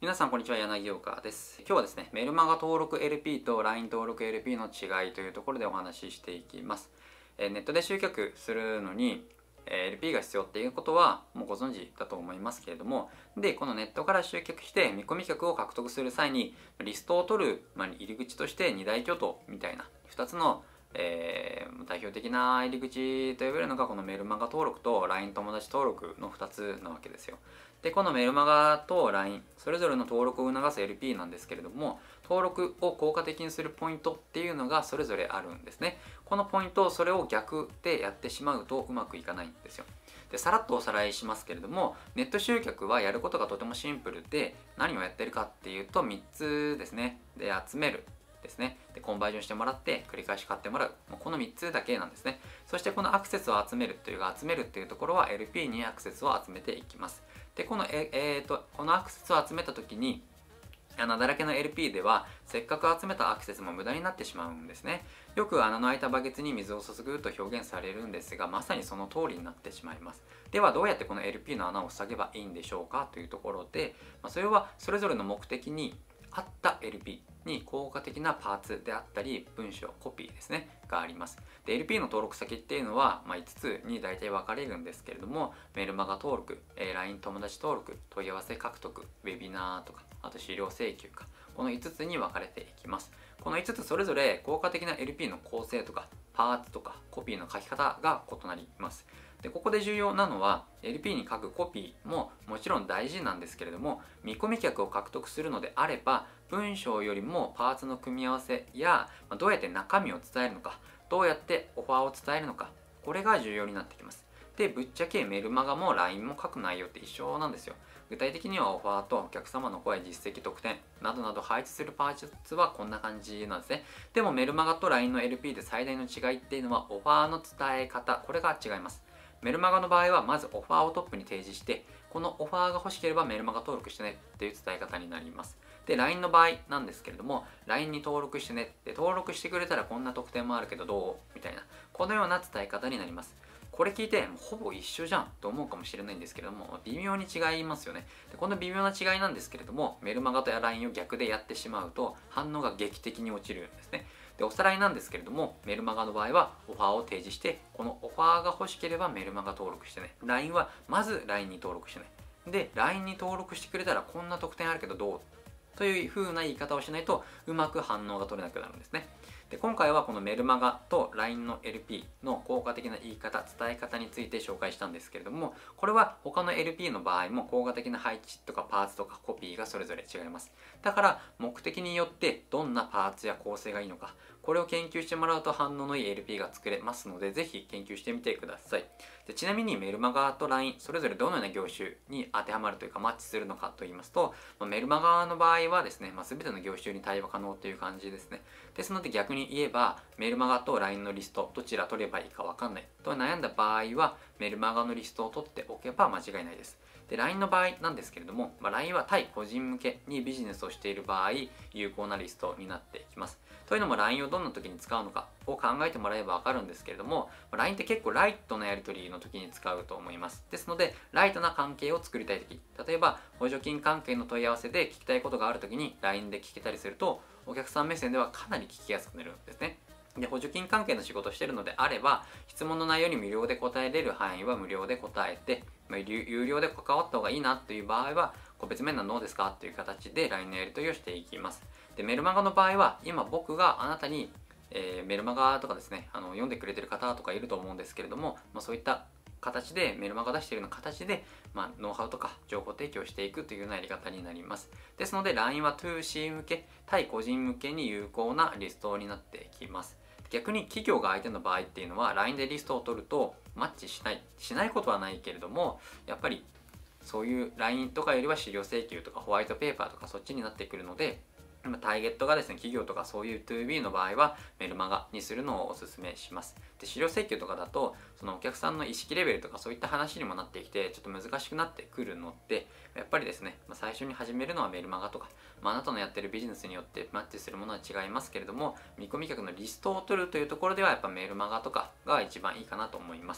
皆さんこんにちは、柳岡です。今日はですね、メルマガ登録 LP と LINE 登録 LP の違いというところでお話ししていきます。ネットで集客するのに LP が必要っていうことはもうご存知だと思いますけれども、で、このネットから集客して見込み客を獲得する際にリストを取る、入り口として二大巨頭みたいな2つの代表的な入り口と呼べるのがこのメルマガ登録と LINE 友達登録の2つなわけですよ。で、このメルマガと LINE それぞれの登録を促す LP なんですけれども、登録を効果的にするポイントっていうのがそれぞれあるんですね。このポイントをそれを逆でやってしまうとうまくいかないんですよ。で、さらっとおさらいしますけれども、ネット集客はやることがとてもシンプルで、何をやってるかっていうと3つですね。で、集めるですね。で、コンバージョンしてもらって繰り返し買ってもらう。もうこの3つだけなんですね。そしてこのアクセスを集めるというところは LP にアクセスを集めていきます。で、このアクセスを集めた時に穴だらけの LP ではせっかく集めたアクセスも無駄になってしまうんですね。よく穴の開いたバケツに水を注ぐと表現されるんですが、まさにその通りになってしまいます。ではどうやってこの LP の穴を塞げばいいんでしょうかというところで、それはそれぞれの目的に合った LP に効果的なパーツであったり文章、コピーですねがあります。で、LP の登録先っていうのは、5つに大体分かれるんですけれども、メルマガ登録、LINE 友達登録、問い合わせ獲得、ウェビナーとか、あと資料請求か、この5つに分かれていきます。この5つそれぞれ効果的な LP の構成とかパーツとかコピーの書き方が異なります。で、ここで重要なのは LP に書くコピーももちろん大事なんですけれども、見込み客を獲得するのであれば文章よりもパーツの組み合わせやどうやって中身を伝えるのか、どうやってオファーを伝えるのか、これが重要になってきます。で、ぶっちゃけメルマガも LINE も書く内容って一緒なんですよ。具体的にはオファーとお客様の声、実績、特典などなど配置するパーツはこんな感じなんですね。でもメルマガと LINE の LP で最大の違いっていうのはオファーの伝え方、これが違います。メルマガの場合はまずオファーをトップに提示して、このオファーが欲しければメルマガ登録してねっていう伝え方になります。で、LINE の場合なんですけれども、LINE に登録してねって、登録してくれたらこんな特典もあるけどどうみたいな、このような伝え方になります。これ聞いてほぼ一緒じゃんと思うかもしれないんですけれども、微妙に違いますよね。で、この微妙な違いなんですけれども、メルマガと LINE を逆でやってしまうと反応が劇的に落ちるんですね。で、おさらいなんですけれども、メルマガの場合はオファーを提示して、このオファーが欲しければメルマガ登録してね。LINE はまず LINE に登録してね。で、LINE に登録してくれたらこんな特典あるけどどうという風な言い方をしないとうまく反応が取れなくなるんですね。で、今回はこのメルマガと LINE の LP の効果的な言い方、伝え方について紹介したんですけれども、これは他の LP の場合も効果的な配置とかパーツとかコピーがそれぞれ違います。だから目的によってどんなパーツや構成がいいのか、これを研究してもらうと反応のいい LP が作れますので、ぜひ研究してみてください。で、ちなみにメルマガと LINE それぞれどのような業種に当てはまるというかマッチするのかと言いますと、メルマガの場合はですね、全ての業種に対応可能という感じですね。ですので逆に言えば、メルマガと LINE のリストどちら取ればいいか分かんないと悩んだ場合はメルマガのリストを取っておけば間違いないです。で、 LINE の場合なんですけれども、LINE は対個人向けにビジネスをしている場合有効なリストになっていきます。というのも LINE をどんな時に使うのかを考えてもらえば分かるんですけれども、 LINE って結構ライトなやり取りの時に使うと思います。ですのでライトな関係を作りたい時、例えば補助金関係の問い合わせで聞きたいことがある時に LINE で聞けたりするとお客さん目線ではかなり聞きやすくなるんですね。で、補助金関係の仕事をしているのであれば、質問の内容に無料で答えれる範囲は無料で答えて、有料で関わった方がいいなという場合は個別面談どうですかという形で LINE のやり取りをしていきます。で、メルマガの場合は今僕があなたに、メルマガとかですね、読んでくれてる方とかいると思うんですけれども、そういった形でメルマガ出しているような形で、ノウハウとか情報提供していくというようなやり方になります。ですので LINE は 2C 向け、対個人向けに有効なリストになってきます。逆に企業が相手の場合っていうのは LINE でリストを取るとマッチしないことはないけれども、やっぱりそういう LINE とかよりは資料請求とかホワイトペーパーとかそっちになってくるので、ターゲットがですね、企業とかそういう 2B の場合はメルマガにするのをお勧めします。で、資料請求とかだと、そのお客さんの意識レベルとかそういった話にもなってきて、ちょっと難しくなってくるので、やっぱりですね、最初に始めるのはメルマガとか、あなたのやってるビジネスによってマッチするものは違いますけれども、見込み客のリストを取るというところではやっぱメルマガとかが一番いいかなと思います。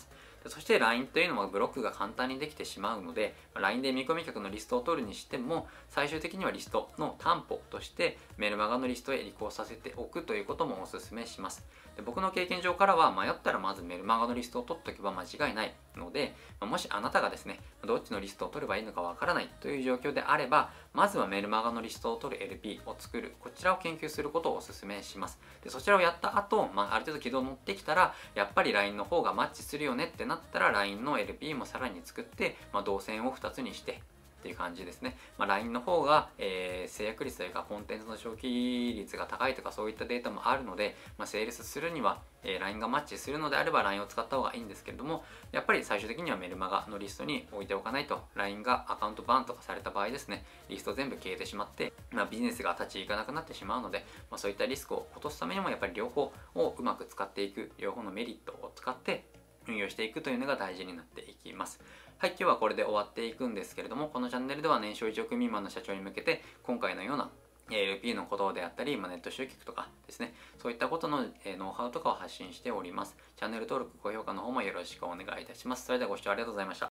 そして LINE というのはブロックが簡単にできてしまうので、LINE で見込み客のリストを取るにしても、最終的にはリストの担保としてメルマガのリストへ移行させておくということもお勧めします。で、僕の経験上からは、迷ったらまずメルマガのリストを取っておけば間違いないので、もしあなたがですね、どっちのリストを取ればいいのかわからないという状況であれば、まずはメルマガのリストを取る LP を作る、こちらを研究することをお勧めします。で、そちらをやった後、ある程度軌道に乗ってきたら、やっぱり LINE の方がマッチするよねってなったら、LINE の LP もさらに作って、動線を2つにして、っていう感じですね。LINE の方が、制約率というかコンテンツの消費率が高いとかそういったデータもあるので、セールスするには、LINE がマッチするのであれば LINE を使った方がいいんですけれども、やっぱり最終的にはメルマガのリストに置いておかないと LINE がアカウントバーンとかされた場合ですね、リスト全部消えてしまって、ビジネスが立ち行かなくなってしまうので、そういったリスクを落とすためにもやっぱり両方をうまく使っていく、両方のメリットを使って運用していくというのが大事になっていきます。はい、今日はこれで終わっていくんですけれども、このチャンネルでは年商1億未満の社長に向けて、今回のような LP のことであったり、ネット集客とかですね、そういったことのノウハウとかを発信しております。チャンネル登録、高評価の方もよろしくお願いいたします。それではご視聴ありがとうございました。